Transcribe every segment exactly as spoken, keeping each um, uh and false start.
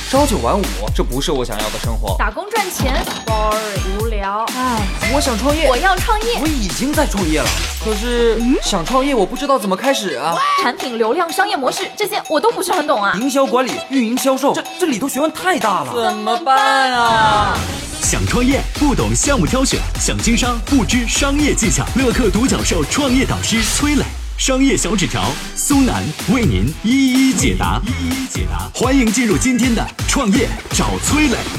朝九晚五，这不是我想要的生活。 打工赚钱 ，boring 无聊。 唉，我想创业， 我要创业， 我已经在创业了。可是、嗯、想创业，我不知道怎么开始啊。 产品流量、商业模式这些我都不是很懂啊。 营销管理、运营、销售，这这里头学问太大了，怎么办啊？ 想创业不懂项目挑选，想经商不知商业技巧。乐客独角兽创业导师崔磊，商业小纸条苏南为您一一解答，一一解答。欢迎进入今天的创业找崔磊。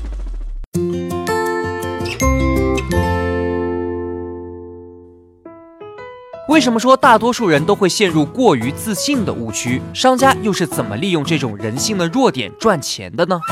为什么说大多数人都会陷入过于自信的误区？商家又是怎么利用这种人性的弱点赚钱的呢？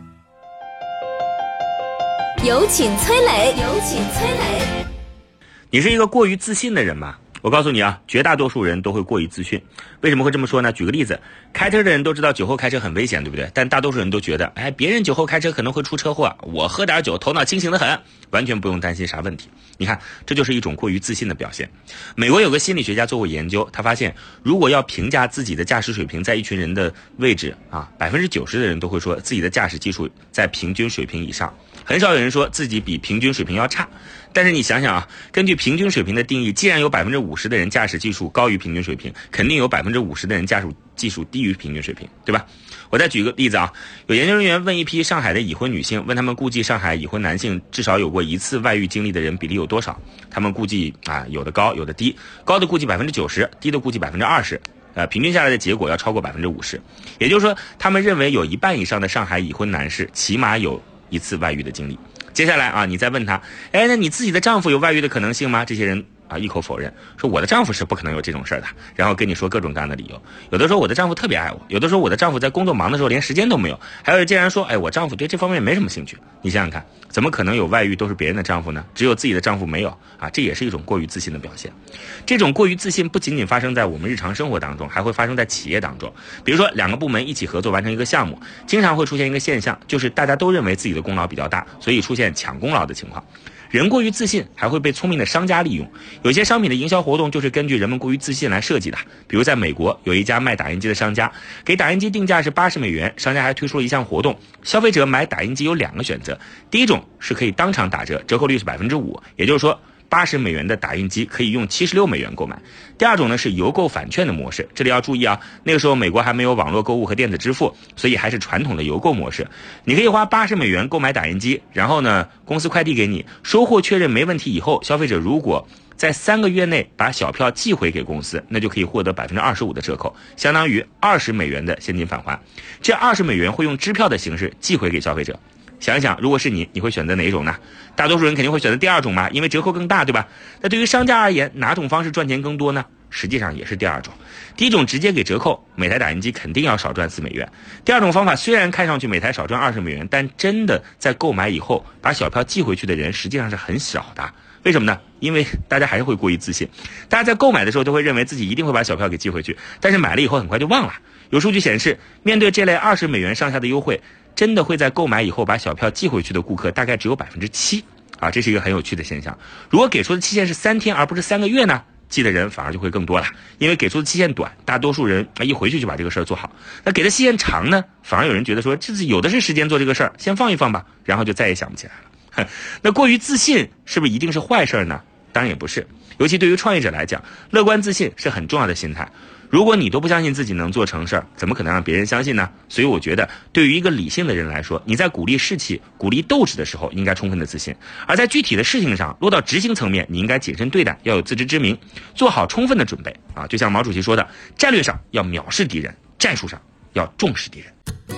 有请崔磊，有请崔磊。 你是一个过于自信的人吗？我告诉你啊，绝大多数人都会过于自信。为什么会这么说呢？举个例子，开车的人都知道酒后开车很危险，对不对？但大多数人都觉得，哎，别人酒后开车可能会出车祸，我喝点酒，头脑清醒得很，完全不用担心啥问题。你看，这就是一种过于自信的表现。美国有个心理学家做过研究，他发现，如果要评价自己的驾驶水平在一群人的位置啊，百分之九十的人都会说自己的驾驶技术在平均水平以上，很少有人说自己比平均水平要差。但是你想想啊，根据平均水平的定义，既然有百分之五十的人驾驶技术高于平均水平，肯定有百分之五十的人驾驶技术低于平均水平，对吧？我再举个例子啊，有研究人员问一批上海的已婚女性，问他们估计上海已婚男性至少有过一次外遇经历的人比例有多少？他们估计啊，有的高，有的低，高的估计百分之九十，低的估计百分之二十。呃，平均下来的结果要超过百分之五十，也就是说，他们认为有一半以上的上海已婚男士起码有一次外遇的经历。接下来啊，你再问他，哎，那你自己的丈夫有外遇的可能性吗？这些人啊，一口否认，说我的丈夫是不可能有这种事儿的，然后跟你说各种各样的理由。有的说我的丈夫特别爱我，有的说我的丈夫在工作忙的时候连时间都没有，还有竟然说，哎，我丈夫对这方面没什么兴趣。你想想看，怎么可能有外遇都是别人的丈夫呢？只有自己的丈夫没有啊，这也是一种过于自信的表现。这种过于自信不仅仅发生在我们日常生活当中，还会发生在企业当中。比如说两个部门一起合作完成一个项目，经常会出现一个现象，就是大家都认为自己的功劳比较大，所以出现抢功劳的情况。人过于自信还会被聪明的商家利用，有些商品的营销活动就是根据人们过于自信来设计的。比如在美国有一家卖打印机的商家，给打印机定价是八十美元，商家还推出了一项活动，消费者买打印机有两个选择，第一种是可以当场打折，折扣率是百分之五，也就是说八十美元的打印机可以用七十六美元购买。第二种呢是邮购返券的模式，这里要注意啊，那个时候美国还没有网络购物和电子支付，所以还是传统的邮购模式。你可以花八十美元购买打印机，然后呢公司快递给你，收货确认没问题以后，消费者如果在三个月内把小票寄回给公司，那就可以获得百分之二十五的折扣，相当于二十美元的现金返还。这二十美元会用支票的形式寄回给消费者。想一想，如果是你，你会选择哪一种呢？大多数人肯定会选择第二种嘛，因为折扣更大，对吧？那对于商家而言，哪种方式赚钱更多呢？实际上也是第二种。第一种直接给折扣，每台打印机肯定要少赚四美元。第二种方法虽然看上去每台少赚二十美元，但真的在购买以后把小票寄回去的人实际上是很少的。为什么呢？因为大家还是会过于自信，大家在购买的时候都会认为自己一定会把小票给寄回去，但是买了以后很快就忘了。有数据显示，面对这类二十美元上下的优惠，真的会在购买以后把小票寄回去的顾客大概只有百分之七啊，这是一个很有趣的现象。如果给出的期限是三天而不是三个月呢，寄的人反而就会更多了，因为给出的期限短，大多数人一回去就把这个事儿做好。那给的期限长呢，反而有人觉得说这是有的是时间做这个事儿，先放一放吧，然后就再也想不起来了。那过于自信是不是一定是坏事呢？当然也不是，尤其对于创业者来讲，乐观自信是很重要的心态。如果你都不相信自己能做成事儿，怎么可能让别人相信呢？所以我觉得对于一个理性的人来说，你在鼓励士气、鼓励斗志的时候应该充分的自信，而在具体的事情上落到执行层面，你应该谨慎对待，要有自知之明，做好充分的准备啊！就像毛主席说的，战略上要藐视敌人，战术上要重视敌人。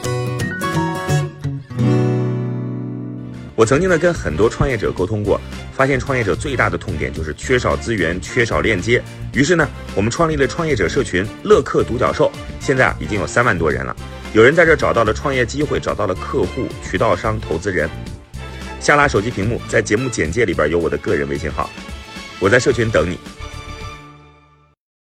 我曾经呢跟很多创业者沟通过，发现创业者最大的痛点就是缺少资源，缺少链接。于是呢，我们创立了创业者社群乐客独角兽，现在啊已经有三万多人了。有人在这找到了创业机会，找到了客户、渠道商、投资人。下拉手机屏幕，在节目简介里边有我的个人微信号，我在社群等你。